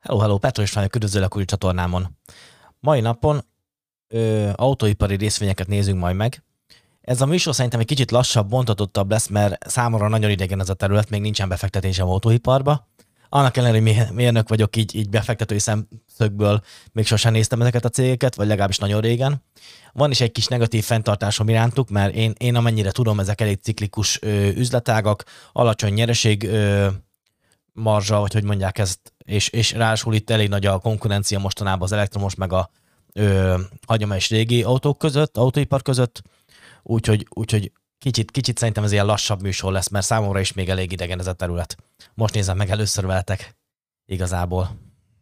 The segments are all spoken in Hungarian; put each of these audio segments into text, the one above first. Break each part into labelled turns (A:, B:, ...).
A: Hello, hello, Petro István, üdvözöllek új csatornámon. Mai napon autóipari részvényeket nézünk majd meg. Ez a műsor szerintem egy kicsit lassabb, bontatottabb lesz, mert számomra nagyon idegen ez a terület, még nincsen befektetésem autóiparba. Annak ellenére, hogy mérnök vagyok, így befektetői szemszögből még sosem néztem ezeket a cégeket, vagy legalábbis nagyon régen. Van is egy kis negatív fenntartásom irántuk, mert én amennyire tudom, ezek elég ciklikus üzletágak, alacsony nyereség marzsa, vagy hogy mondják ezt, és ráadásul itt elég nagy a konkurencia mostanában az elektromos meg a hagyományos régi autók között, autóipar között, úgyhogy kicsit szerintem ez ilyen lassabb műsor lesz, mert számomra is még elég idegen ez a terület. Most nézem meg először veletek, igazából.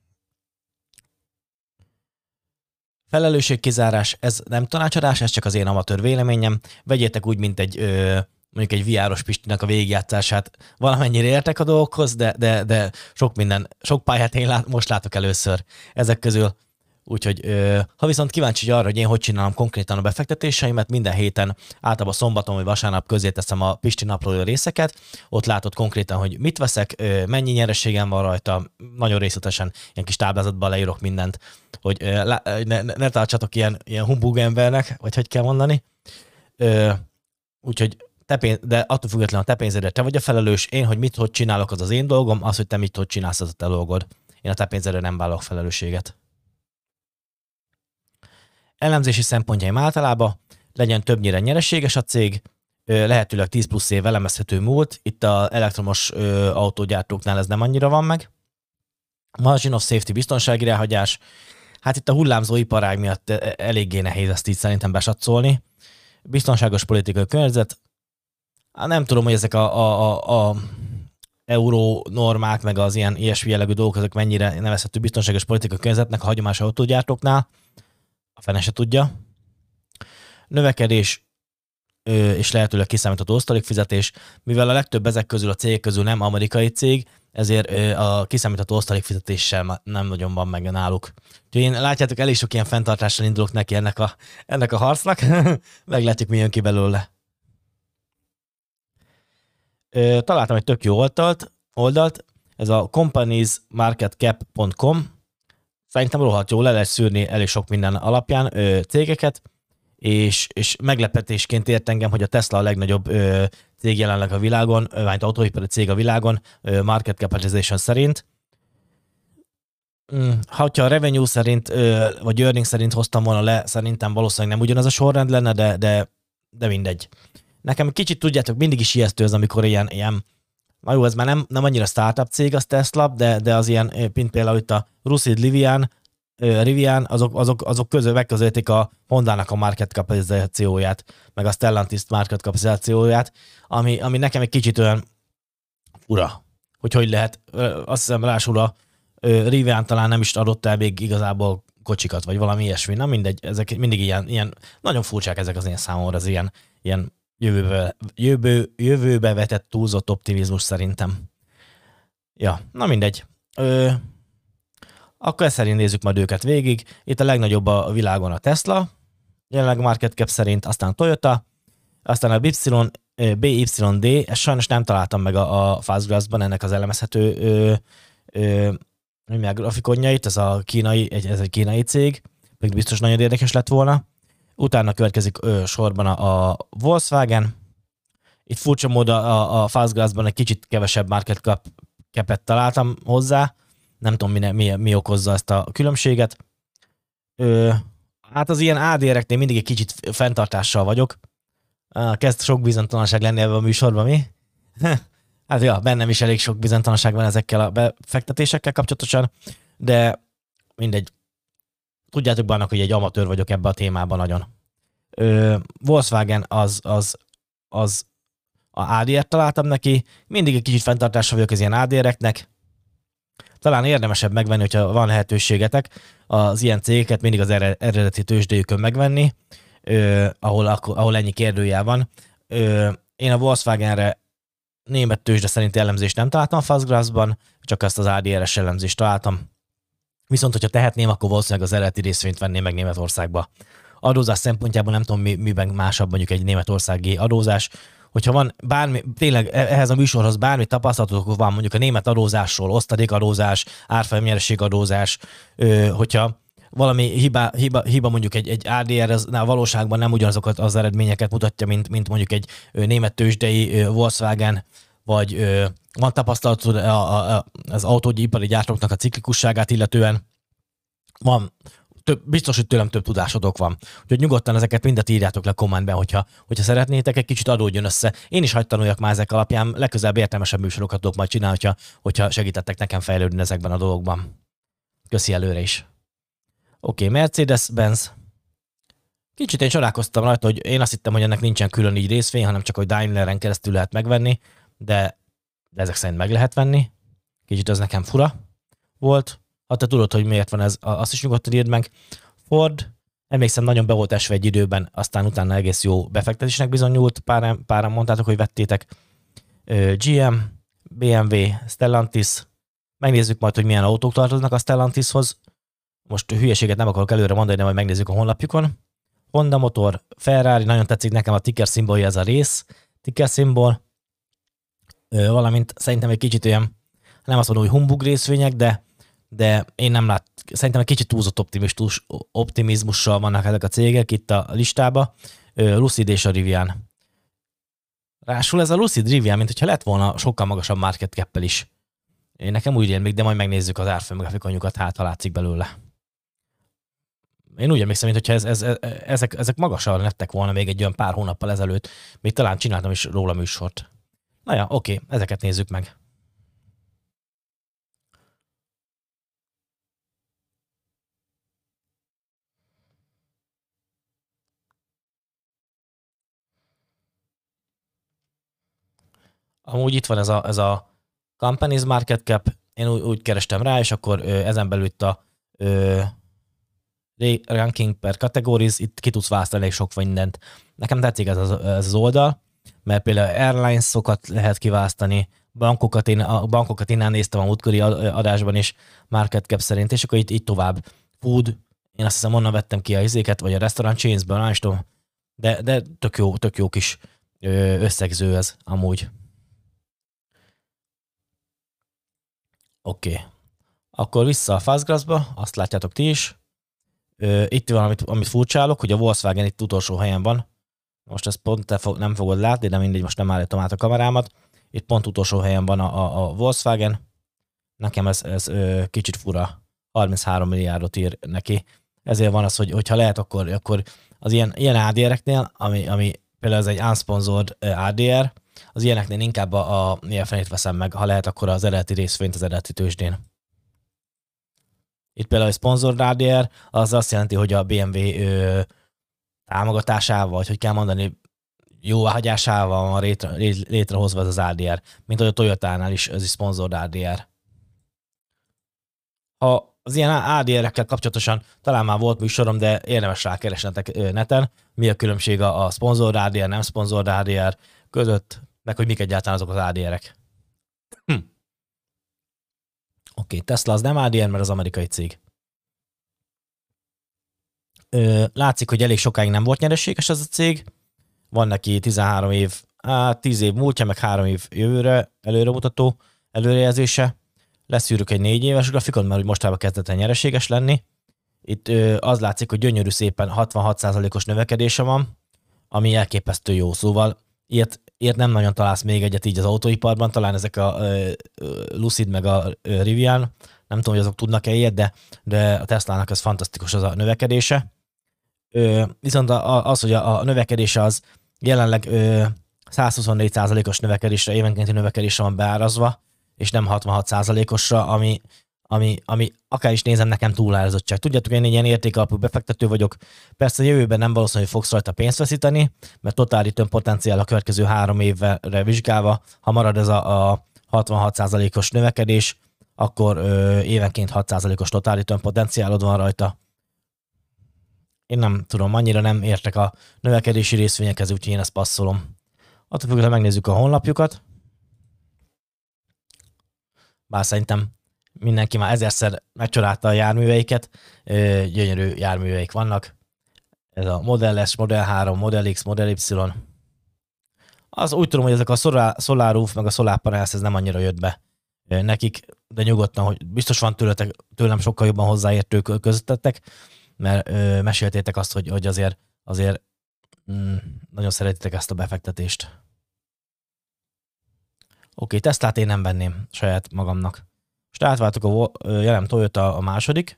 A: Felelősségkizárás, ez nem tanácsadás, ez csak az én amatőr véleményem. Vegyétek úgy, mint egy mondjuk egy VR-os Pistinek a végigjátszását. Valamennyire értek a dolgokhoz, de sok pályát én most látok először ezek közül. Úgyhogy ha viszont kíváncsi arra, hogy én hogy csinálom konkrétan a befektetéseimet, minden héten általában szombaton vagy vasárnap közé teszem a Pisti naplója részeket, ott látod konkrétan, hogy mit veszek, mennyi nyerességem van rajta, nagyon részletesen ilyen kis táblázatban leírok mindent, hogy ne tartsatok ilyen humbug embernek, vagy hogy kell mondani. Úgyhogy de attól függetlenül a te pénzedre te vagy a felelős, én, hogy hogy csinálok, az az én dolgom, az, hogy te hogy csinálsz, az a te dolgod. Én a te pénzedre nem vállalok felelősséget. Elemzési szempontjaim általában legyen többnyire nyereséges a cég, lehetőleg 10 plusz év elemezhető múlt, itt az elektromos autógyártóknál ez nem annyira van meg. Margin of safety, biztonsági ráhagyás, hát itt a hullámzó iparág miatt eléggé nehéz ezt így szerintem besatszolni. Biztonságos politikai környezet, nem tudom, hogy ezek a euró normák, meg az ilyen ilyesmi jellegű dolgok, ezek mennyire nevezhető biztonságos politikai környezetnek a hagyományos autógyártóknál. A fene se tudja. Növekedés és lehetőleg kiszámítható osztalékfizetés, mivel a legtöbb ezek közül a cégek közül nem amerikai cég, ezért a kiszámítható osztalékfizetéssel nem nagyon van meg náluk. Úgyhogy én látjátok, elég sok ilyen fenntartással indulok neki ennek a harcnak, meglátjuk, mi jön ki belőle. Találtam egy tök jó oldalt, ez a companiesmarketcap.com. Szerintem rohadt jó, le lehet szűrni elég sok minden alapján cégeket, és meglepetésként ért engem, hogy a Tesla a legnagyobb cég jelenleg a világon, vagy autóipari cég a világon, market capitalization szerint. Ha a revenue szerint, vagy earning szerint hoztam volna le, szerintem valószínűleg nem ugyanaz a sorrend lenne, de mindegy. Nekem kicsit tudjátok, mindig is ijesztő az, amikor ilyen na jó, ez már nem annyira startup cég az Tesla, de az ilyen, mint például itt a Lucid Rivian, azok megközelítik a Hondának a market kapitalizációját, meg a Stellantis market kapitalizációját, ami nekem egy kicsit olyan fura, hogy lehet. Azt hiszem, rásul a Rivian talán nem is adott el még igazából kocsikat, vagy valami ilyesmi. Na mindegy, ezek mindig ilyen nagyon furcsák ezek az én számomra, az ilyen jövőbe vetett túlzott optimizmus szerintem. Ja, na mindegy. Akkor ezt szerint nézzük majd őket végig. Itt a legnagyobb a világon a Tesla, jelenleg a market cap szerint, aztán a Toyota, aztán a BYD, ezt sajnos nem találtam meg a Fastgraphs-ban ennek az elemezhető grafikonjait, ez egy kínai cég, pedig biztos nagyon érdekes lett volna. Utána következik sorban a Volkswagen. Itt furcsa módon a Fastgraphs-ban egy kicsit kevesebb market cap-et találtam hozzá. Nem tudom, mi okozza ezt a különbséget. Hát az ilyen ADR-eknél mindig egy kicsit fenntartással vagyok. Kezd sok bizonytalanság lenni ebben a műsorban, mi? Hát ja, bennem is elég sok bizonytalanság van ezekkel a befektetésekkel kapcsolatosan, de mindegy. Tudjátok bánnak, hogy egy amatőr vagyok ebben a témában nagyon. Volkswagen az a ADR-t találtam neki, mindig egy kicsit fenntartással vagyok az ilyen ADR-eknek. Talán érdemesebb megvenni, hogyha van lehetőségetek az ilyen cégeket mindig az eredeti tőzsdéjükön megvenni, ahol ennyi kérdőjel van. Én a Volkswagenre német tőzsde szerinti elemzést nem találtam a Fastgraphs-ban, csak azt az ADR-es elemzést találtam. Viszont, hogyha tehetném, akkor valószínűleg az eredeti részvényt venném meg Németországba. Adózás szempontjából nem tudom, miben másabb mondjuk egy németországi adózás, hogyha van bármi, tényleg ehhez a műsorhoz bármi tapasztalatok van, mondjuk a német adózásról, osztalékadózás, árfolyamnyereségadózás, hogyha valami hiba mondjuk egy ADR, az a valóságban nem ugyanazokat az eredményeket mutatja, mint mondjuk egy német tőzsdei Volkswagen, vagy van tapasztalatod az autóipari gyártóknak a ciklikusságát illetően, van biztos, hogy tőlem több tudásotok van. Úgyhogy nyugodtan ezeket mindet írjátok le kommentben, hogyha szeretnétek, egy kicsit adódjon össze. Én is hagy tanuljak már ezek alapján, legközelebb értelmesebb műsorokat tudok majd csinálni, hogyha segítettek nekem fejlődni ezekben a dolgokban. Köszi előre is. Oké, Mercedes-Benz. Kicsit én csodálkoztam rajta, hogy én azt hittem, hogy ennek nincsen külön így részvény, hanem csak, hogy Daimleren keresztül lehet megvenni, de ezek szerint meg lehet venni. Kicsit ez nekem fura volt. Ha te tudod, hogy miért van ez, azt is nyugodtan írd meg. Ford, emlékszem, nagyon be volt esve egy időben, aztán utána egész jó befektetésnek bizonyult, páran mondtátok, hogy vettétek. GM, BMW, Stellantis, megnézzük majd, hogy milyen autók tartoznak a Stellantishoz. Most hülyeséget nem akarok előre mondani, de majd megnézzük a honlapjukon. Honda Motor, Ferrari, nagyon tetszik nekem a ticker szimbolja, ez a rész, ticker szimbol, valamint szerintem egy kicsit olyan, nem azt mondom, hogy humbug részvények, de én nem szerintem egy kicsit túlzott optimizmussal vannak ezek a cégek itt a listába. Lucid és a Rivian. Rásul ez a Lucid Rivian, mint hogyha lett volna sokkal magasabb market cap-el is. Én nekem úgy rémlik, de majd megnézzük az árfolyamgrafikonjukat, hát ha látszik belőle. Én úgy emlékszem, mintha ezek magasan lettek volna még egy olyan pár hónappal ezelőtt. Még talán csináltam is róla műsort. Na ja, oké, ezeket nézzük meg. Amúgy itt van ez a Companies Market Cap, én úgy kerestem rá, és akkor ezen belül itt a ranking per categories, itt ki tudsz választani elég sok mindent. Nekem tetszik ez az oldal, mert például airlines-okat lehet kiválasztani, a bankokat innen néztem a múltkori adásban is, market cap szerint, és akkor itt tovább. Food, én azt hiszem onnan vettem ki a izéket, vagy a restaurant chainsből, nem is tudom, de tök jó kis összegző ez amúgy. Oké. Akkor vissza a Fastgraphsba, azt látjátok ti is. Itt van, amit furcsálok, hogy a Volkswagen itt utolsó helyen van. Most ezt pont te nem fogod látni, de mindegy, most nem állítom át a kamerámat. Itt pont utolsó helyen van a Volkswagen. Nekem ez kicsit fura. 33 milliárdot ír neki. Ezért van az, hogy ha lehet, akkor az ilyen ADR-eknél, ami például ez egy unsponsored ADR, az ilyeneknél inkább a fenét veszem meg, ha lehet, akkor az eredeti részvényt az eredeti tőzsdén. Itt például a sponsored ADR, az azt jelenti, hogy a BMW támogatásával, vagy hogy kell mondani, jóváhagyásával van létrehozva ez az ADR, mint hogy a Toyotánál is ez is sponsored ADR. Ha az ilyen ADR-ekkel kapcsolatosan talán már volt műsorom, de érdemes rákeresnetek neten, mi a különbség a sponsored ADR, nem sponsored ADR között, meg hogy mik egyáltalán azok az ADR-ek. Oké, Tesla az nem ADR, mert az amerikai cég. Látszik, hogy elég sokáig nem volt nyereséges ez a cég. Van neki 13 év, 10 év múltja, meg 3 év jövőre előremutató előrejelzése. Leszűrük egy 4 éves grafikon, mert mostában kezdett el nyereséges lenni. Itt az látszik, hogy gyönyörű szépen 66%-os növekedése van, ami elképesztő jó. Szóval ilyet nem nagyon találsz még egyet így az autóiparban, talán ezek a Lucid meg a Rivian, nem tudom, hogy azok tudnak-e ilyet, de a Teslának ez fantasztikus az a növekedése. Viszont az, hogy a növekedése az jelenleg 124%-os növekedésre, évenkénti növekedésre van beárazva, és nem 66%-osra, ami akár is nézem, nekem túlárazottság. Tudjátok, én egy ilyen értékalapú befektető vagyok. Persze a jövőben nem valószínű, hogy fogsz rajta pénzt veszíteni, mert totális return potenciál a következő 3 évre vizsgálva, ha marad ez a 66%-os növekedés, akkor évenként 6%-os totális return potenciálod van rajta. Én nem tudom, annyira nem értek a növekedési részvényekhez, úgyhogy én ezt passzolom. Attól függően megnézzük a honlapjukat. Bár szerintem mindenki már ezerszer megcsodálta a járműveiket, gyönyörű járműveik vannak. Ez a Model S, Model 3, Model X, Model Y. Az úgy tudom, hogy ezek a SolarRoof meg a SolarPanels ez nem annyira jött be nekik, de nyugodtan, hogy biztos van tőlem sokkal jobban hozzáértők közöttetek, mert meséltétek azt, hogy azért nagyon szeretitek ezt a befektetést. Oké, Teslát én nem venném saját magamnak. Most átváltok a jelen Toyota a második.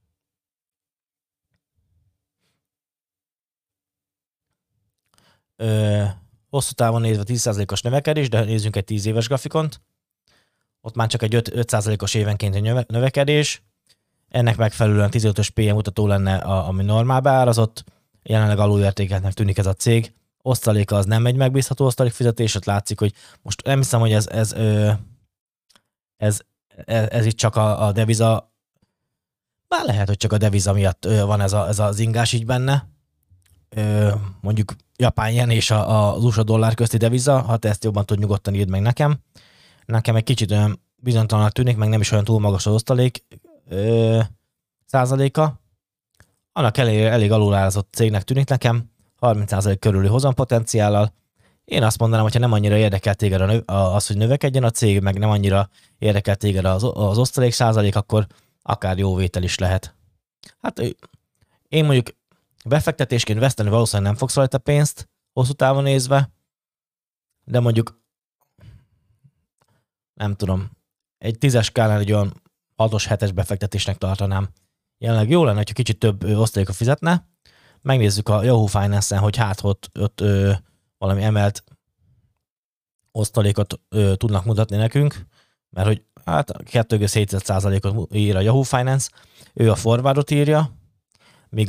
A: Hosszú távon nézve 10%-os növekedés, de nézzünk egy 10 éves grafikont. Ott már csak egy 5%-os évenkénti növekedés. Ennek megfelelően 15-ös PM mutató lenne, ami normál beárazott. Jelenleg alulértékeltnek tűnik ez a cég. Osztaléka az nem egy megbízható osztalékfizetés, ott látszik, hogy most nem hiszem, hogy ez itt csak a deviza, bár lehet, hogy csak a deviza miatt van ez az ingás így benne. Mondjuk japán yen és az USA dollár közti deviza, ha te ezt jobban tud, nyugodtan írd meg nekem. Nekem egy kicsit olyan bizonytalanak tűnik, meg nem is olyan túl magas az osztalék százaléka. Annak elég alulárazott cégnek tűnik nekem, 30% körüli hozampotenciállal. Én azt mondanám, hogyha nem annyira érdekel téged az, hogy növekedjen a cég, meg nem annyira érdekel téged az osztalék százalék, akkor akár jó vétel is lehet. Hát én mondjuk befektetésként veszteni valószínűleg nem fogsz rajta pénzt, hosszú távon nézve, de mondjuk nem tudom, egy 10-es skálán egy olyan 6-os, 7-es befektetésnek tartanám. Jelenleg jó lenne, hogyha kicsit több osztalékot fizetne. Megnézzük a Yahoo Finance-en, hogy hát ott valami emelt osztalékot tudnak mutatni nekünk, mert hogy hát 2,7%-ot ír a Yahoo Finance, ő a forwardot írja, míg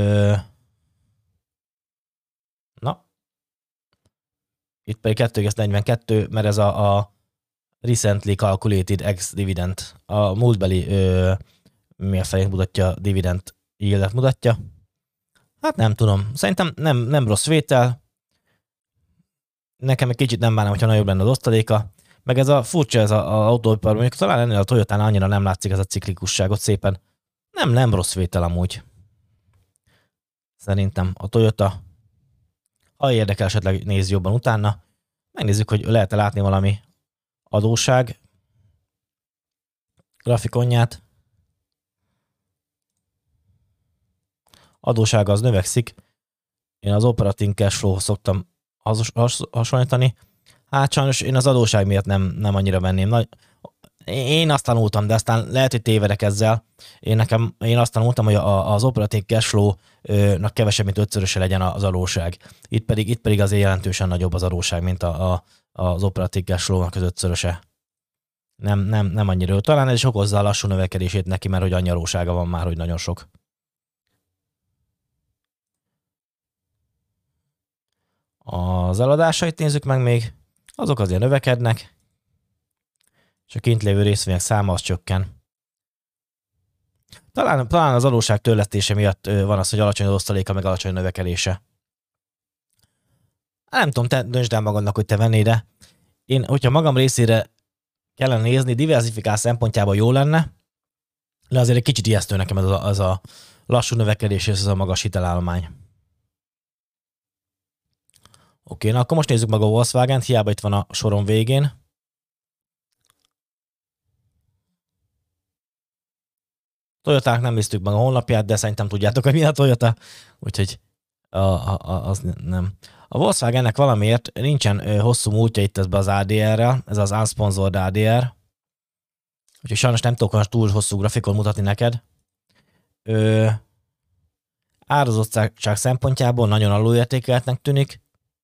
A: itt pedig 2,42, mert ez a recently calculated ex-dividend, a múltbeli mi a fejét mutatja, dividend yieldet mutatja. Hát nem tudom, szerintem nem rossz vétel, nekem egy kicsit nem bánnám, hogyha nagyobb lenne az osztaléka, meg ez a furcsa, ez az autóipar, mondjuk talán ennél a Toyotánál annyira nem látszik ez a ciklikusságot szépen. Nem rossz vétel amúgy. Szerintem a Toyota, ha érdekel, esetleg nézz jobban utána. Megnézzük, hogy lehet-e látni valami adósság grafikonját. Adóssága az növekszik. Én az operating cash flow szoktam hasonlítani. Hát sajnos én az adósság miatt nem annyira venném. Én azt tanultam, de aztán lehet, hogy tévedek ezzel. Én azt tanultam, hogy az operating cash flow-nak kevesebb, mint 5-szöröse legyen az adósság. Itt pedig azért jelentősen nagyobb az adósság, mint az operating cash flow-nak az 5-szöröse. Nem annyira jó. Talán ez is okozza a lassú növekedését neki, mert hogy annyi adóssága van már, hogy nagyon sok. Az eladásait nézzük meg még. Azok azért növekednek, és a kint lévő részvények száma az csökken. Talán az adósság törlesztése miatt van az, hogy alacsony az osztaléka, meg alacsony növekedése. Nem tudom, te döntsd el magadnak, hogy te vennéd, de én, hogyha magam részére kellene nézni, diversifikál szempontjából jó lenne, de azért egy kicsit ijesztő nekem ez a lassú növekedés és ez a magas hitelállomány. Oké, na akkor most nézzük meg a Volkswagen-t, hiába itt van a soron végén. Toyotának nem néztük meg a honlapját, de szerintem tudjátok, hogy mi a Toyota, úgyhogy az nem. A Volkswagennek valamiért nincsen hosszú múltja itt ezbe az ADR-rel, ez az unsponsored ADR, úgyhogy sajnos nem tudok olyan túl hosszú grafikon mutatni neked. Árazottság szempontjából nagyon alulértékeltnek tűnik.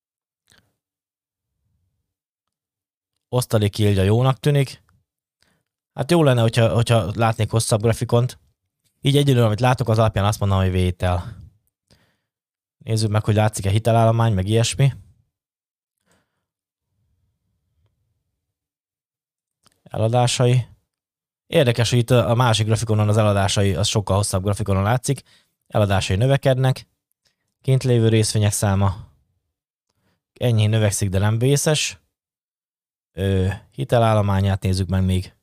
A: Osztalék yieldja jónak tűnik. Hát jó lenne, hogyha látnék hosszabb grafikont. Így egyelőre, amit látok, az alapján azt mondom, hogy vétel. Nézzük meg, hogy látszik-e hitelállomány, meg ilyesmi. Eladásai. Érdekes, hogy itt a másik grafikonon az eladásai, az sokkal hosszabb grafikonon látszik. Eladásai növekednek. Kint lévő részvények száma enyhén növekszik, de nem vészes. Hitelállományát nézzük meg még.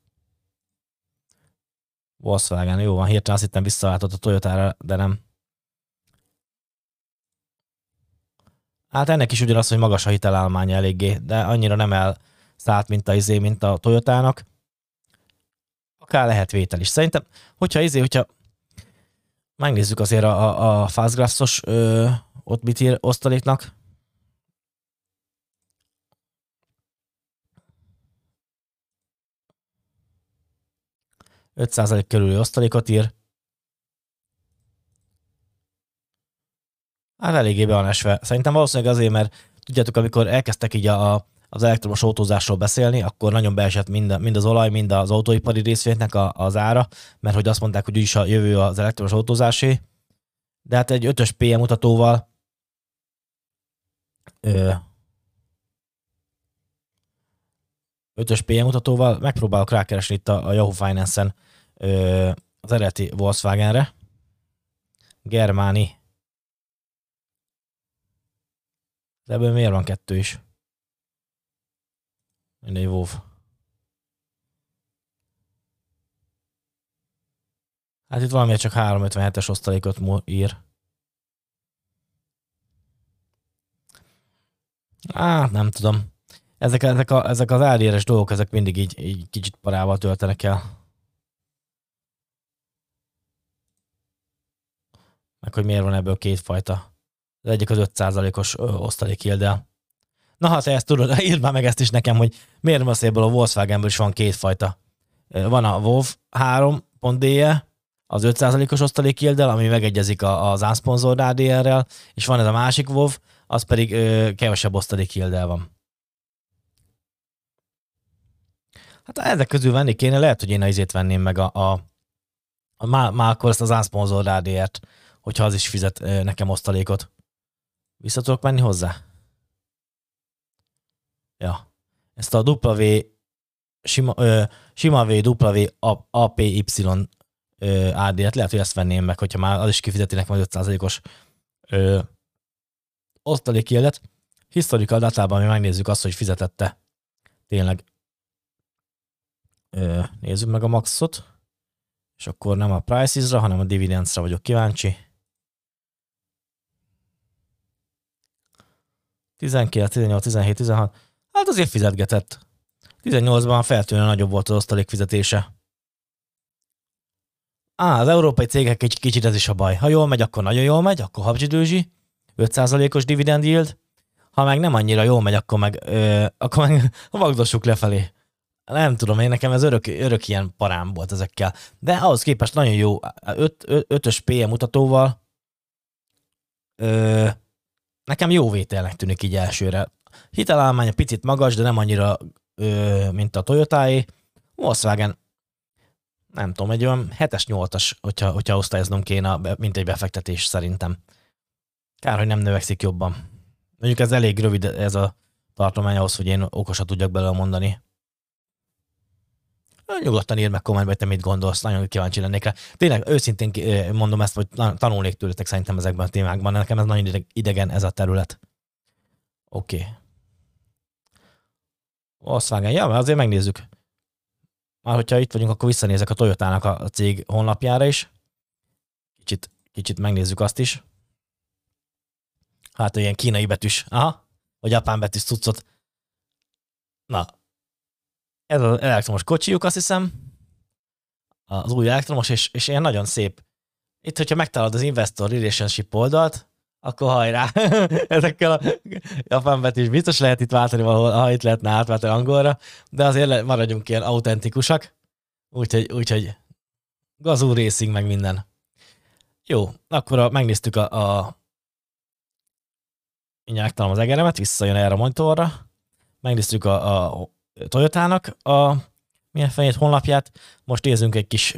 A: Volkswagen, jó van, hirtelen azt hittem visszaváltott a Toyotára, de nem. Hát ennek is ugyanaz, hogy magas a hitelállománya eléggé, de annyira nem elszállt, mint a Toyotának. Akár lehet vétel is. Szerintem, hogyha megnézzük azért a Fastgraphs-os ott mit ír osztaléknak. %5 körüli osztalékot ír. Hát eléggé be van esve. Szerintem valószínűleg azért, mert tudjátok, amikor elkezdtek így az elektromos autózásról beszélni, akkor nagyon beesett mind az olaj, mind az autóipari részvényeknek az ára, mert hogy azt mondták, hogy úgyis a jövő az elektromos autózásé. De hát egy 5-ös PM mutatóval 5-ös PM mutatóval megpróbálok rákeresni itt a Yahoo Finance-en az eredeti Volkswagenre. Germáni. De ebből miért van 2 is? Mindegy, WoW. Hát itt valamiért csak 357-es osztalékot ír. Nem tudom. Ezek az áréres dolgok, ezek mindig így kicsit parával töltenek el. Meg hogy miért van ebből kétfajta. Az egyik az 5%-os osztalék yield-el. Na, ha te ezt tudod, írd már meg ezt is nekem, hogy miért van ebből a Volkswagenből is van kétfajta. Van a WOW 3.de, az 5%-os osztalék yield-el, ami megegyezik az unszponsored ADR-rel, és van ez a másik WOW, az pedig kevesebb osztalék yield-el van. Hát ezek közül venni kéne, lehet, hogy én izét venném meg már akkor ezt az unszponsored ADR-t, hogyha az is fizet nekem osztalékot. Vissza tudok menni hozzá? Ja. Ezt a sima W APY AD-et lehet, hogy ezt venném meg, hogyha már az is kifizeti nekem az 5%-os osztalék yieldet. Historical datában mi megnézzük azt, hogy fizetette tényleg. Nézzük meg a maxot, és akkor nem a prices-ra, hanem a dividends-ra vagyok kíváncsi. 19, 18, 17, 16. Hát azért fizetgetett. 18-ban feltűnően nagyobb volt az osztalék fizetése. Az európai cégek egy kicsit ez is a baj. Ha jól megy, akkor nagyon jól megy, akkor habzsidőzsi, 5%-os dividend yield. Ha meg nem annyira jól megy, akkor meg vagdossuk lefelé. Nem tudom, én nekem ez örök ilyen parám volt ezekkel. De ahhoz képest nagyon jó 5-ös PM mutatóval nekem jó vételnek tűnik így elsőre. Hitelállománya picit magas, de nem annyira, mint a Toyotáé. Volkswagen, nem tudom, egy olyan 7-es, 8-as, hogyha osztályoznom kéne, mint egy befektetés szerintem. Kár, hogy nem növekszik jobban. Mondjuk ez elég rövid ez a tartomány ahhoz, hogy én okosat tudjak belőle mondani. Nyugodtan írd meg kommentbe, hogy te mit gondolsz, nagyon kíváncsi lennék rá. Tényleg őszintén mondom ezt, hogy tanulnék tőletek szerintem ezekben a témákban, nekem ez nagyon idegen ez a terület. Oké. Volkswagen, ja, azért megnézzük. Már hogyha itt vagyunk, akkor visszanézek a Toyotának a cég honlapjára is. Kicsit megnézzük azt is. Hát ilyen kínai betűs, vagy japán betűs cuccot. Na, ez az elektromos kocsijuk, azt hiszem. Az új elektromos, és ilyen nagyon szép. Itt, hogyha megtalálod az Investor Relationship oldalt, akkor hajrá! Ezekkel a japán betűs biztos lehet itt váltani valahol, ha itt lehetne átváltani angolra, de azért maradjunk ilyen autentikusak. Úgyhogy Gazoo Racing meg minden. Jó, akkor megnéztük mindjárt megtalálom az egeremet, visszajön erre a monitorra. Megnéztük a Toyotának a milyen fenyét honlapját. Most nézzünk egy kis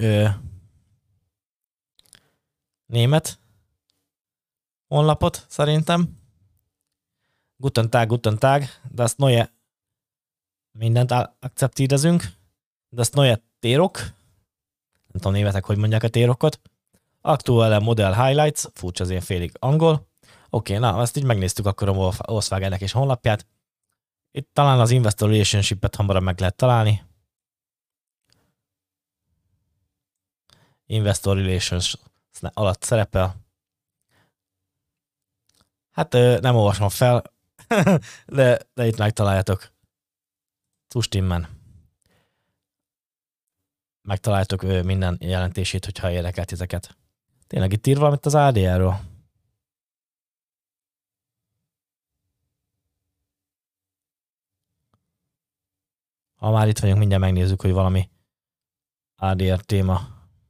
A: német honlapot, szerintem. Guten Tag, das neue mindent akceptírezünk. Das neue térok. Nem tudom németek, hogy mondják a térokat. Aktuelle Model Highlights, furcsa az ilyen félig angol. Oké, na, ezt így megnéztük akkor a Volkswagennek és honlapját. Itt talán az Investor Relationship-et hamarabb meg lehet találni. Investor Relations alatt szerepel. Hát nem olvasom fel, de itt megtaláljátok. Zustimmen. Megtaláltok minden jelentését, hogyha érdekelt titeket. Tényleg itt ír valamit az ADR-ről? Ha már itt vagyunk, mindjárt megnézzük, hogy valami ADR téma.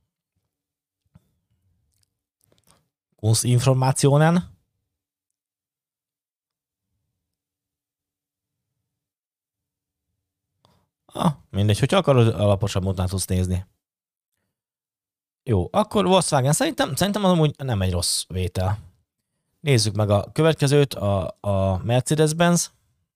A: Kunsztinformációnen. Mindegy, hogyha akarod, alaposabb módon tudsz nézni. Jó, akkor Volkswagen szerintem az amúgy nem egy rossz vétel. Nézzük meg a következőt, a Mercedes-Benz.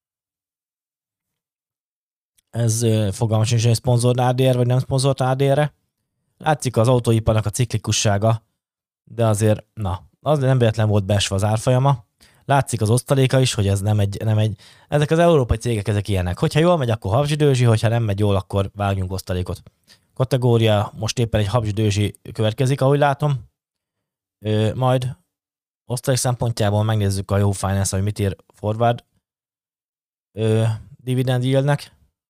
A: Ez fogalmas sincs, hogy szponzolt ADR, vagy nem szponzolt ADR-re. Látszik az autóiparnak a ciklikussága, de azért, az nem véletlen volt beesve az árfolyama. Látszik az osztaléka is, hogy ez nem egy, ezek az európai cégek, ezek ilyenek. Hogyha jól megy, akkor habzsidőzsi, hogyha nem megy jól, akkor vágjunk osztalékot. Kategória, most éppen egy habzsidőzsi következik, ahogy látom. Majd osztalék szempontjából megnézzük a Yahoo Finance, hogy mit ír forward dividend yieldnek.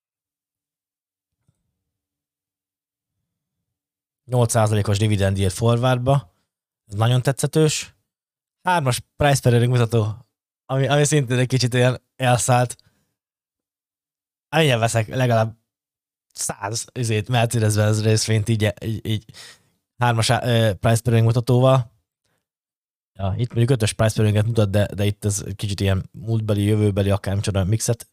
A: 8%-os dividend yield forwardba. Ez nagyon tetszetős. 3-as price per earning mutató, ami szintén egy kicsit olyan elszállt. Amilyen veszek legalább 100 Mercedes-Benz részvényt így 3-as price per earning mutatóval. Ja, itt mondjuk 5-ös price per earninget mutat, de itt ez kicsit ilyen múltbeli, jövőbeli, akármicsoda mixet.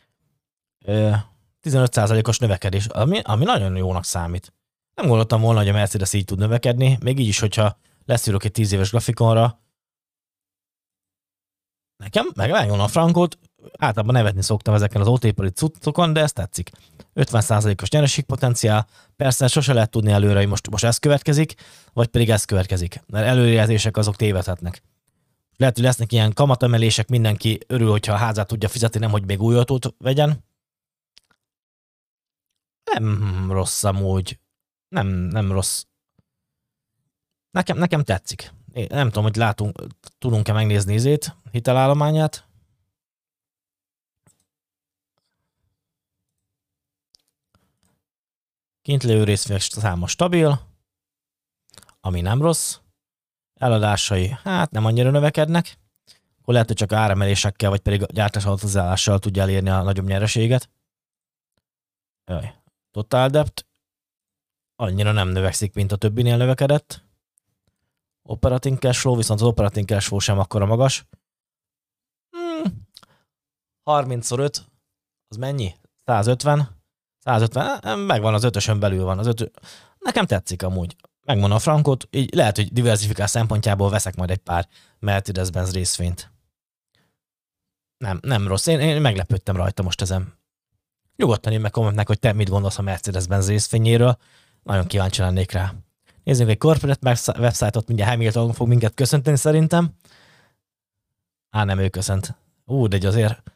A: 15%-os növekedés, ami nagyon jónak számít. Nem gondoltam volna, hogy a Mercedes így tud növekedni, még így is, hogyha leszűrök egy 10 éves grafikonra. Nekem megvágjon a frankot, általában nevetni szoktam ezeken az autóipari cuccokon, de ez tetszik. 50%-os nyereségpotenciál, persze sose lehet tudni előre, hogy most ez következik, vagy pedig ez következik, mert előrejelzések azok tévedhetnek. Lehet, hogy lesznek ilyen kamatemelések, mindenki örül, hogyha a házát tudja fizetni, nem hogy még új autót vegyen. Nem rossz amúgy. Nem rossz. Nekem tetszik. Én nem tudom, hogy tudunk-e megnézni hitelállományát. Kint lévő részvények száma stabil, ami nem rossz. Eladásai, hát nem annyira növekednek. Akkor lehet, hogy csak áremelésekkel, vagy pedig gyártásautozálással tudja elérni a nagyobb nyereséget. Total debt. Annyira nem növekszik, mint a többinél növekedett. Operating cash flow, viszont az operating cash flow sem akkora magas. 30x5, az mennyi? 150. 150, megvan az 5-ösön belül van. Nekem tetszik amúgy. Megmondom a frankot, így lehet, hogy diversifikál szempontjából veszek majd egy pár Mercedes-Benz részvényt. Nem rossz, én meglepődtem rajta most ezen. Nyugodtan meg kommentnek, hogy te mit gondolsz a Mercedes-Benz részvényéről. Nagyon kíváncsi lennék rá. Nézzünk egy corporate website-ot, mindjárt Hamilton fog minket köszönteni szerintem. Nem ő köszönt. De azért...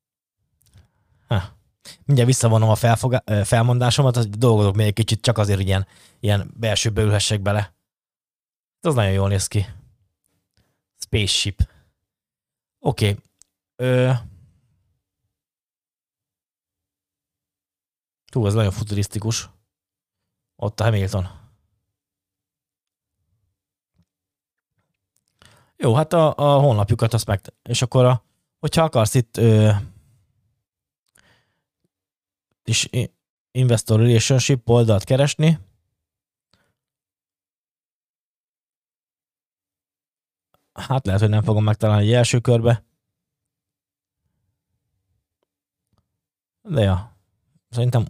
A: Mindjárt visszavonom a felmondásomat, hogy dolgozok még egy kicsit, csak azért, hogy ilyen belsőbe ülhessek bele. Ez nagyon jól néz ki. Spaceship. Oké. Ez nagyon futurisztikus. Ott a Hamilton. Jó, hát a honlapjukat azt meg... És akkor, hogyha akarsz itt és Investor Relationship oldalt keresni, hát lehet, hogy nem fogom megtalálni egy első körbe. De ja, szerintem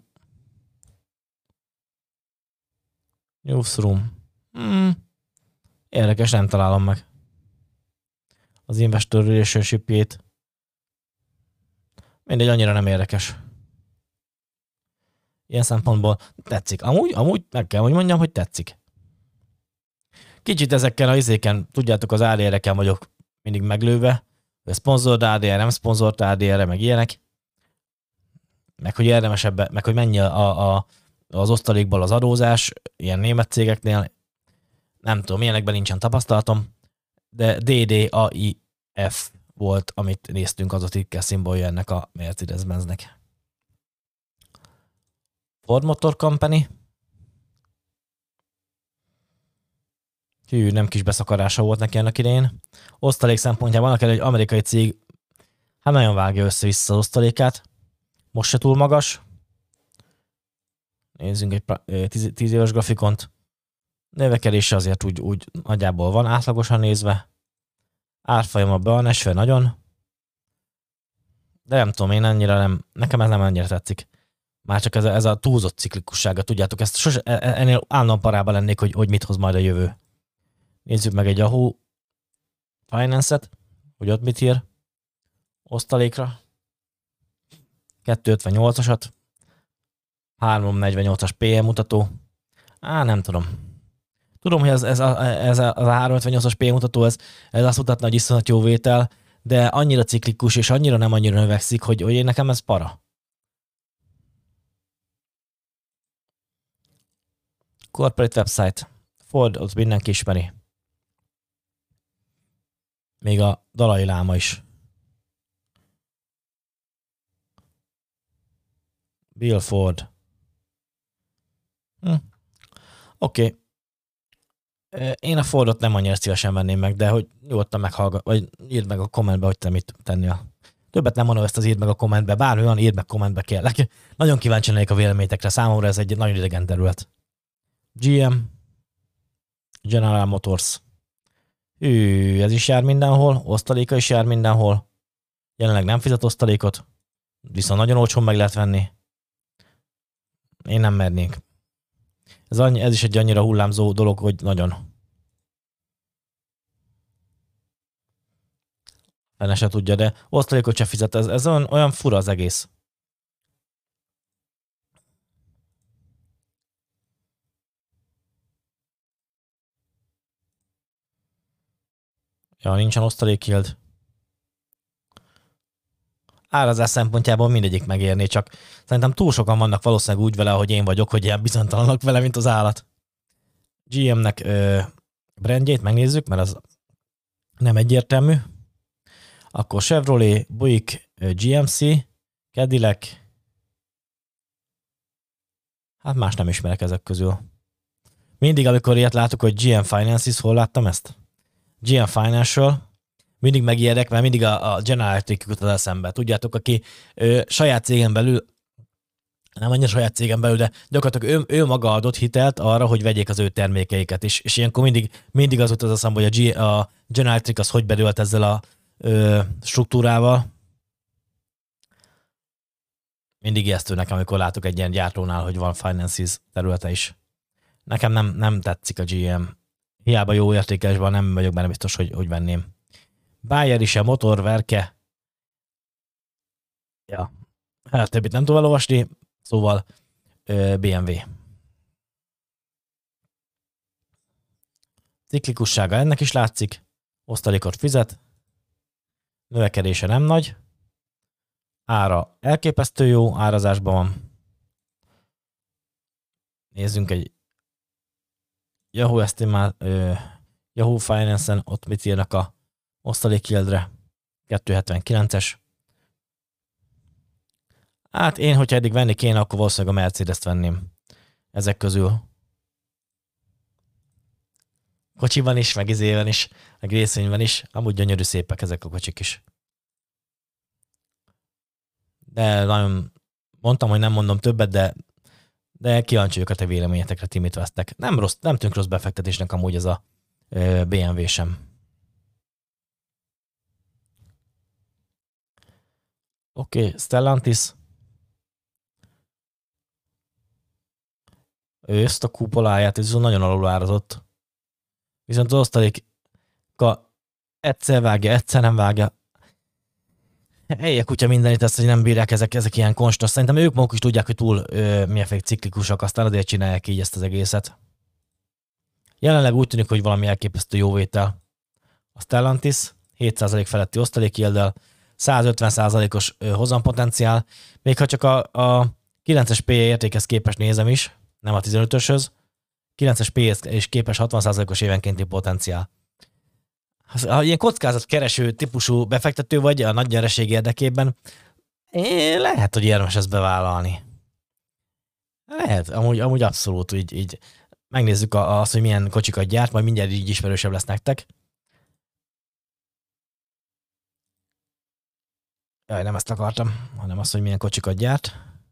A: Newsroom. Érdekes, nem találom meg. Az Investor Relationship-jét. Mindegy, annyira nem érdekes. Ilyen szempontból tetszik. Amúgy meg kell, hogy mondjam, hogy tetszik. Kicsit ezekkel a izéken, tudjátok, az ADR-eken vagyok mindig meglőve. Szponzolt ADR, nem szponzolt ADR, meg ilyenek. Meg hogy érdemesebb, meg hogy mennyi az osztalékból az adózás, ilyen német cégeknél. Nem tudom, ilyenekben nincsen tapasztalatom. De DDAI F volt, amit néztünk, az a ticker szimbolja ennek a Mercedes-Benznek. Ford Motor Company. Hű, nem kis beszakarása volt neki ennek idején. Osztalék szempontjában annak egy amerikai cég hát nagyon vágja össze-vissza az osztalékát. Most se túl magas. Nézzünk egy 10 éves grafikont. Növekedése azért úgy nagyjából van átlagosan nézve. Árfolyama be van esve nagyon. De nem tudom, én annyira nem, nekem ez nem annyira tetszik. Már csak ez a túlzott ciklikussága, tudjátok, ezt sose, ennél állandóan parában lennék, hogy mit hoz majd a jövő. Nézzük meg egy Yahoo Finance-et, hogy ott mit ír. Osztalékra. 258-asat. 348-as PM mutató. Nem tudom. Tudom, hogy ez a 358-as PM mutató, ez azt mutatna, hogy iszonyat jó vétel, de annyira ciklikus és annyira nem annyira növekszik, hogy én nekem ez para. Corporate website. Ford, ott mindenki ismeri. Még a Dalai Láma is. Bill Ford. Oké. Én a Fordot nem annyira szívesen venném meg, de hogy nyugodtan meghallgat, vagy írd meg a kommentbe, hogy te mit tennél. Többet nem mondom, ezt az írd meg a kommentbe, bármi olyan, írd meg kommentbe, kérlek. Nagyon kíváncsi lennék a véleményetekre, számomra ez egy nagyon idegen terület. GM, General Motors. Ez is jár mindenhol, osztaléka is jár mindenhol. Jelenleg nem fizet osztalékot, viszont nagyon olcsón meg lehet venni. Én nem mernék. Ez is egy annyira hullámzó dolog, hogy nagyon. Fene se tudja, de osztalékot se fizet. Ez olyan fura az egész. Ja, nincsen osztalékyield. Árazás szempontjából mindegyik megérné, csak szerintem túl sokan vannak valószínűleg úgy vele, hogy én vagyok, hogy ilyen bizonytalanok vele, mint az állat. GM-nek brandjét megnézzük, mert az nem egyértelmű. Akkor Chevrolet, Buick, GMC, Cadillac. Hát más nem ismerek ezek közül. Mindig, amikor ilyet látok, hogy GM Finances, hol láttam ezt? GM Financial. Mindig megijedek, mert mindig a General Electric jut az eszembe. Tudjátok, aki saját cégen belül, nem annyira saját cégen belül, de gyakorlatilag ő maga adott hitelt arra, hogy vegyék az ő termékeiket. És ilyenkor mindig az volt az eszembe, hogy a General Electric az hogy bedőlt ezzel a struktúrával. Mindig ijesztő nekem, amikor látok egy ilyen gyártónál, hogy van finances területe is. Nekem nem tetszik a GM. Hiába jó értékesben, nem vagyok benne biztos, hogy venném. Bayer is a motorverke. Ja. Hát többit nem tudom elolvasni, szóval BMW. Ciklikussága ennek is látszik. Osztalékot fizet. Növekedése nem nagy. Ára elképesztő jó árazásban van. Nézzünk egy Yahoo Yahoo Finance-en, ott mit írnak a osztalékjieldre. 279-es. Hát én, hogyha eddig venni kéne, akkor valószínűleg a Mercedes-t venném. Ezek közül. Kocsiban is, meg izében is, meg részvényben is. Amúgy gyönyörű szépek ezek a kocsik is. De nagyon mondtam, hogy nem mondom többet, de kíváncsi vagyok a te véleményetekre, ti mit vesztek. Nem tűnik rossz befektetésnek amúgy ez a BMW sem. Oké, Stellantis. Ő ezt a kupoláját, ez nagyon alulárazott. Viszont az osztaléka egyszer vágja, egyszer nem vágja. Helye kutya mindenit ezt, hogy nem bírják ezek ilyen konstant. Szerintem ők maguk is tudják, hogy túl milyenféle ciklikusak, aztán azért csinálják így ezt az egészet. Jelenleg úgy tűnik, hogy valami elképesztő jó vétel. A Stellantis 7% feletti osztalékjieldel, 150%-os hozampotenciál, még ha csak a 9-es PE értékhez képest nézem is, nem a 15-öshöz, 9-es PE és képes 60%-os évenkénti potenciál. Ha ilyen kockázatkereső típusú befektető vagy a nagy nyereség érdekében, lehet, hogy érdemes ezt bevállalni. Lehet, amúgy abszolút így megnézzük azt, hogy milyen kocsikat gyárt, majd mindjárt így ismerősebb lesz nektek. Jaj, nem ezt akartam, hanem azt, hogy milyen kocsikat gyárt.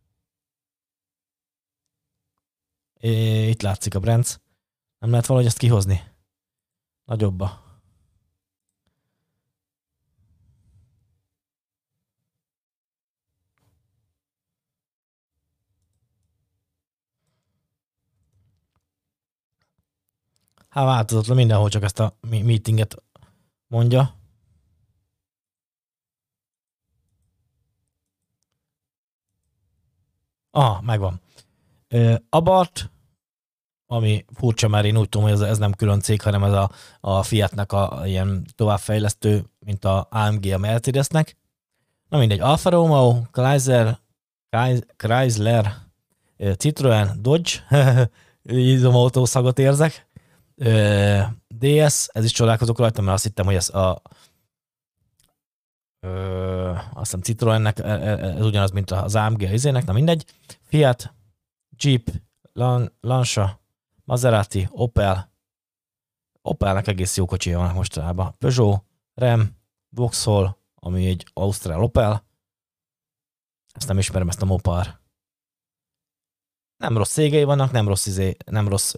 A: Itt látszik a Brenc. Nem lehet valahogy ezt kihozni? Nagyobba. Hát változatlan mindenhol csak ezt a meetinget mondja. Megvan. Abarth, ami furcsa, mert én úgy tudom, hogy ez nem külön cég, hanem ez a Fiatnak a ilyen továbbfejlesztő, mint a AMG a Mercedesnek. Na mindegy, Alfa Romeo, Chrysler, Citroen, Dodge, izomautó szagot érzek, DS, ez is csodálkozok rajta, mert azt hittem, hogy ez azt hiszem Citroennek, ez ugyanaz, mint az AMG a izének, na mindegy. Fiat, Jeep, Lancia, Maserati, Opel. Opelnek egész jó kocsi van mostanában. Peugeot, Ram, Vauxhall, ami egy ausztrál Opel. Ezt nem ismerem, ezt a Mopar. Nem rossz cégei vannak, nem rossz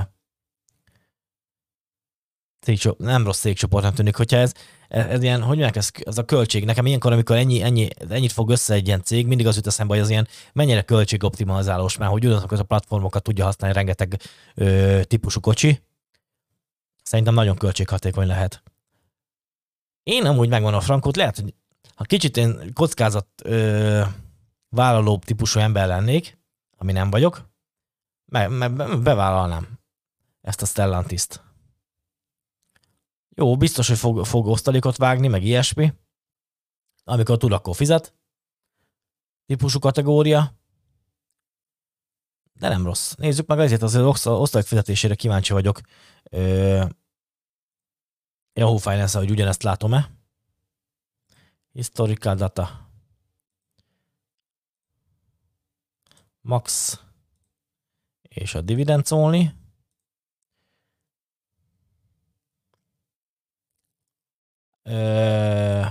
A: cégcsoport, nem tűnik, hogyha ez ilyen, hogy mondják, ez a költség. Nekem ilyenkor, amikor ennyit fog össze egy ilyen cég, mindig az jut eszembe, hogy az ilyen mennyire költségoptimalizálós, mert hogy ugyanazokat a platformokat tudja használni rengeteg típusú kocsi. Szerintem nagyon költséghatékony lehet. Én amúgy megvan a frankót, lehet, hogy ha kicsit én kockázat vállalóbb típusú ember lennék, ami nem vagyok, bevállalnám ezt a Stellantis-t. Jó, biztos, hogy fog osztalékot vágni, meg ilyesmi. Amikor tud, akkor fizet. Típusú kategória. De nem rossz. Nézzük meg ezért az osztalék fizetésére kíváncsi vagyok. Yahoo Finance, hogy ugyanezt látom-e. Historical data. Max. És a dividend only. Uh,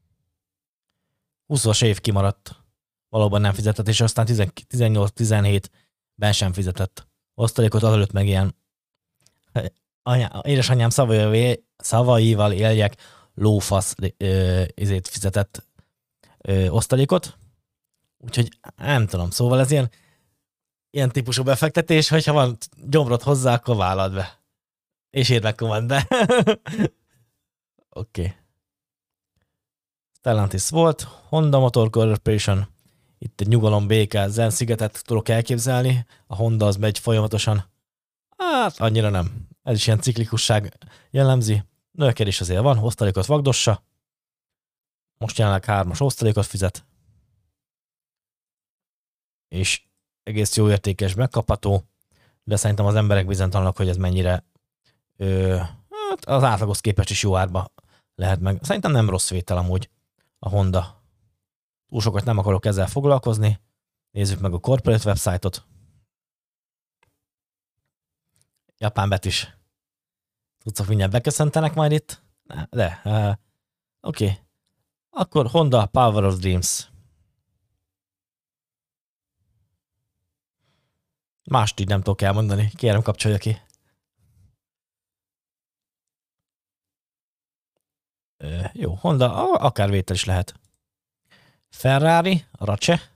A: 20-as év kimaradt. Valóban nem fizetett, és aztán 18-17-ben sem fizetett. Osztalékot azelőtt meg ilyen édesanyám szavaival éljek, lófasz ezért fizetett osztalékot. Úgyhogy nem tudom, szóval ez ilyen típusú befektetés, hogyha van gyomrod hozzá, akkor vállald be. És írd meg kommentbe. Oké. Stellantis volt, Honda Motor Corporation, itt egy nyugalom, béke, zen szigetet tudok elképzelni, a Honda az megy folyamatosan, hát annyira nem. Ez is ilyen ciklikusság jellemzi, növekedés azért van, osztalékot vagdossa, most jelenleg 3-as osztalékot fizet, és egész jó értékes, megkapható, de szerintem az emberek bizonytalanok, hogy ez mennyire hát az átlagos képest is jó árba lehet meg. Szerintem nem rossz vétel amúgy a Honda. Túl sokat nem akarok ezzel foglalkozni. Nézzük meg a corporate website-ot. Japán betűs. Tudszok, mindjárt beköszöntenek majd itt. De, oké. Akkor Honda Power of Dreams. Mást így nem tudok elmondani. Kérem, kapcsolja ki. Jó, Honda, akár vétel is lehet. Ferrari, Race.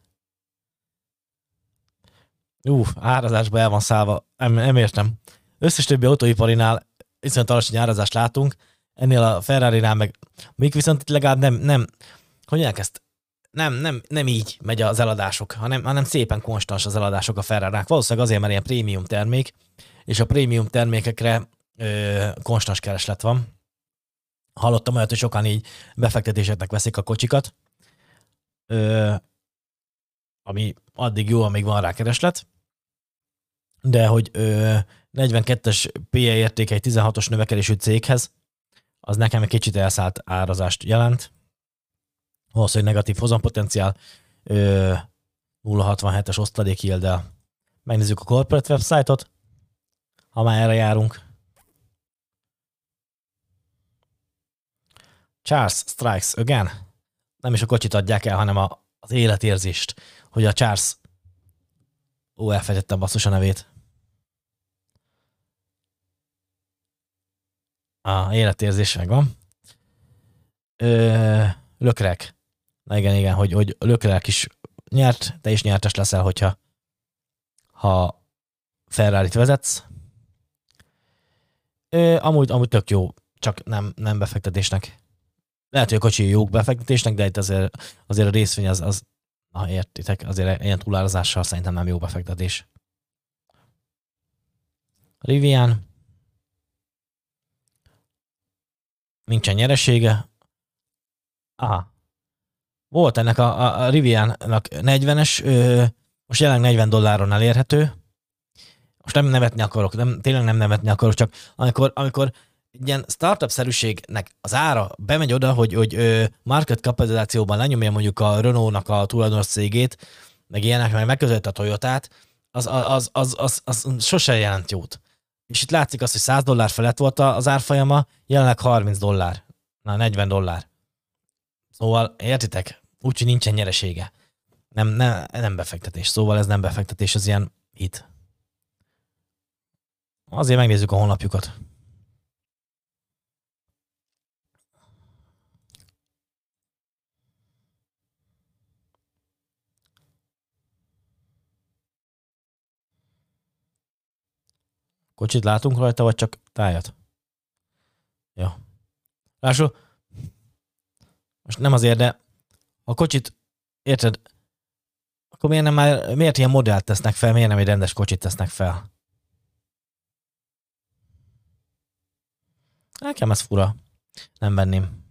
A: Árazásba el van szállva. Nem értem. Összes többi autóiparinál viszont alacsony árazást látunk, ennél a Ferrarinál meg még viszont itt legalább nem hogy mondják ezt? Nem így megy az eladások, hanem szépen konstans az eladások a Ferrarák. Valószínűleg azért, mert ilyen prémium termék, és a prémium termékekre konstans kereslet van. Hallottam olyat, hogy sokan így befektetéseknek veszik a kocsikat, ami addig jó, amíg van rá kereslet, de hogy 42-es PE értéke egy 16-os növekedésű céghez, az nekem egy kicsit elszállt árazást jelent. Valószínűleg negatív hozampotenciál, 0,67-es osztalék yield-el. Megnézzük a corporate website-ot, ha már erre járunk. Charles strikes again. Nem is a kocsit adják el, hanem az életérzést, hogy a Charles... elfejtettem basszus a nevét. Életérzés megvan. Leclerc. Na igen, hogy Leclerc is nyert, te is nyertes leszel, hogyha Ferrari-t vezetsz. Amúgy tök jó, csak nem befektetésnek. Lehet, hogy a kocsi jók befektetésnek, de itt azért a részvény az na értitek, azért ilyen túlárazással szerintem nem jó befektetés. Rivian. Nincsen nyeresége. Aha. Volt ennek a Riviannak 40-es, most jelenleg $40 elérhető. Most nem nevetni akarok, tényleg nem nevetni akarok, csak amikor egy ilyen startup-szerűségnek az ára bemegy oda, hogy market kapitalizációban lenyomja mondjuk a Renault-nak a tulajdonos cégét, meg ilyenek, meg megközelít a Toyotát, az sose jelent jót. És itt látszik azt, hogy $100 felett volt az árfolyama, jelenleg $30. Na, $40. Szóval értitek? Úgyhogy nincsen nyeresége. Nem befektetés. Szóval ez nem befektetés, ez ilyen hit. Azért megnézzük a honlapjukat. Kocsit látunk rajta, vagy csak tájat? Ja. Lássuk. Most nem azért, de a kocsit, érted, akkor miért ilyen modellt tesznek fel, miért nem egy rendes kocsit tesznek fel? Nekem ez fura. Nem venném.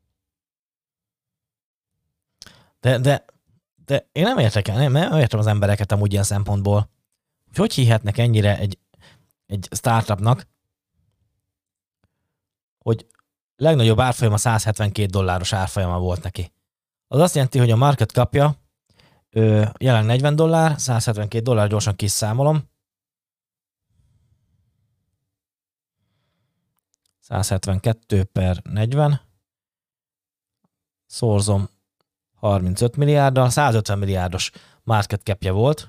A: De én nem értem az embereket amúgy ilyen szempontból. Hogy hihetnek ennyire egy startupnak, hogy legnagyobb árfolyama $172 árfolyama volt neki. Az azt jelenti, hogy a market capja jelenleg $40, $172 gyorsan kiszámolom. 172 per 40. Szorzom 35 milliárddal, 150 milliárdos market capje volt.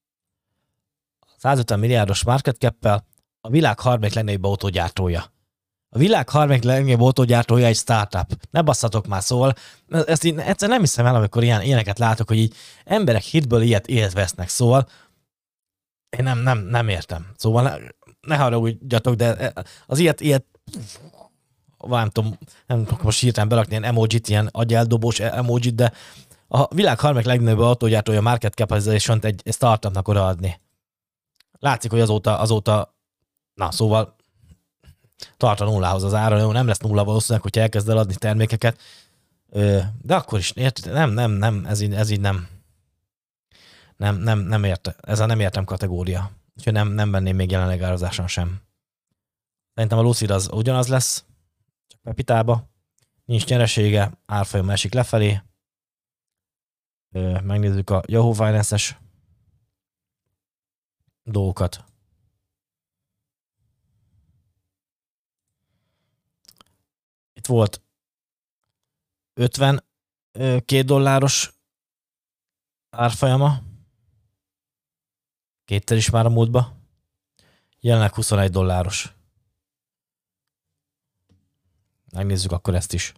A: 150 milliárdos market cappel a világ harmadik legnagyobb autógyártója. A világ harmadik legnagyobb autógyártója egy startup. Ne basszatok már, szóval ezt én egyszer nem hiszem el, amikor ilyeneket látok, hogy így emberek hitből ilyet vesznek, szóval én nem értem. Szóval ne haragudjatok, de az ilyet nem tudom most hirtelen berakni ilyen emojit, ilyen agyeldobós emojit, de a világ harmadik legnagyobb autógyártója market capitalization-t egy startupnak odaadni. Látszik, hogy azóta na, szóval tart a nullához az ára, nem lesz nulla valószínűleg, hogyha elkezd el adni termékeket, de akkor is, érted? Nem, ez így nem érte. Ez a nem értem kategória. Úgyhogy nem venném még jelenleg árazáson sem. Szerintem a Lucid az ugyanaz lesz, csak Pepitába. Nincs nyeresége, árfolyam esik lefelé. Megnézzük a Yahoo Finance-es dolgokat. Itt volt $52 árfolyama. Kétszer is már a múltba. Jelenleg $21. Megnézzük akkor ezt is.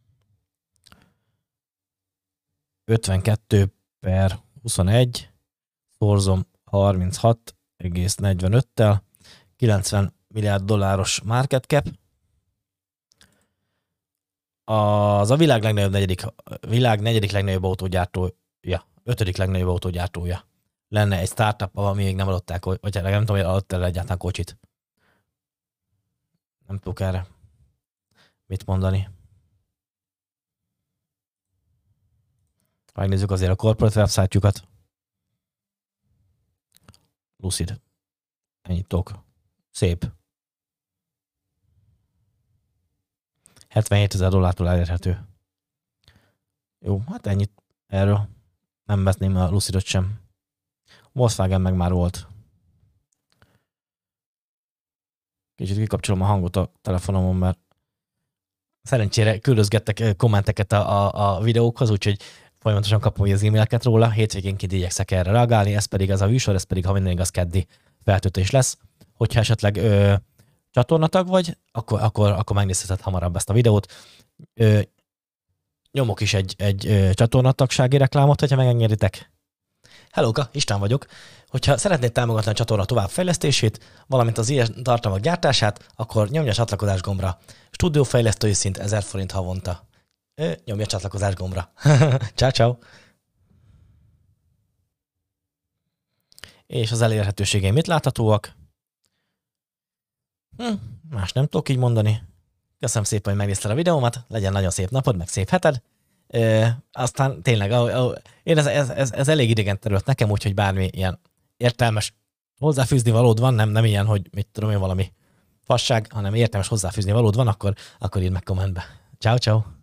A: 52 per 21. Szorzom 36,45-tel. $90 milliárd market cap. Az a világ negyedik legnagyobb autógyártója, 5. legnagyobb autógyártója. Lenne egy startup, ami még nem adották, vagy nem tudom, hogy adott el egyáltalán kocsit. Nem tudok erre mit mondani. Megnézzük azért a corporate website-jukat. Lucid. Ennyit tudok. Szép. $77,000 elérhető. Jó, hát ennyit erről. Nem vetném a Lucidot sem. Volkswagen meg már volt. Kicsit kikapcsolom a hangot a telefonomon, mert szerencsére küldözgettek kommenteket a videókhoz, úgyhogy folyamatosan kapom az e-maileket róla, hétvégénként igyekszek erre reagálni, ez pedig az a műsor, ez pedig, ha minden igaz, keddi feltöltés lesz. Hogyha esetleg csatornatag vagy, akkor megnézheted hamarabb ezt a videót. Nyomok is egy csatornatagsági reklámot, hogyha megengeditek. Hellóka, István vagyok. Hogyha szeretnéd támogatni a csatorna továbbfejlesztését, valamint az ilyen tartalmak gyártását, akkor nyomj a csatlakozás gombra. Stúdiófejlesztői szint 1000 forint havonta. Nyomj a csatlakozás gombra. Ciao, ciao. És az elérhetőségeim itt láthatóak. Más nem tudok így mondani. Köszönöm szépen, hogy megnézted a videómat. Legyen nagyon szép napod, meg szép heted. Aztán tényleg, én ez elég idegen terület nekem, úgyhogy bármi ilyen értelmes hozzáfűzni valód van, nem ilyen, hogy mit tudom én, valami fasság, hanem értelmes hozzáfűzni valód van, akkor írd meg kommentbe. Ciao, ciao.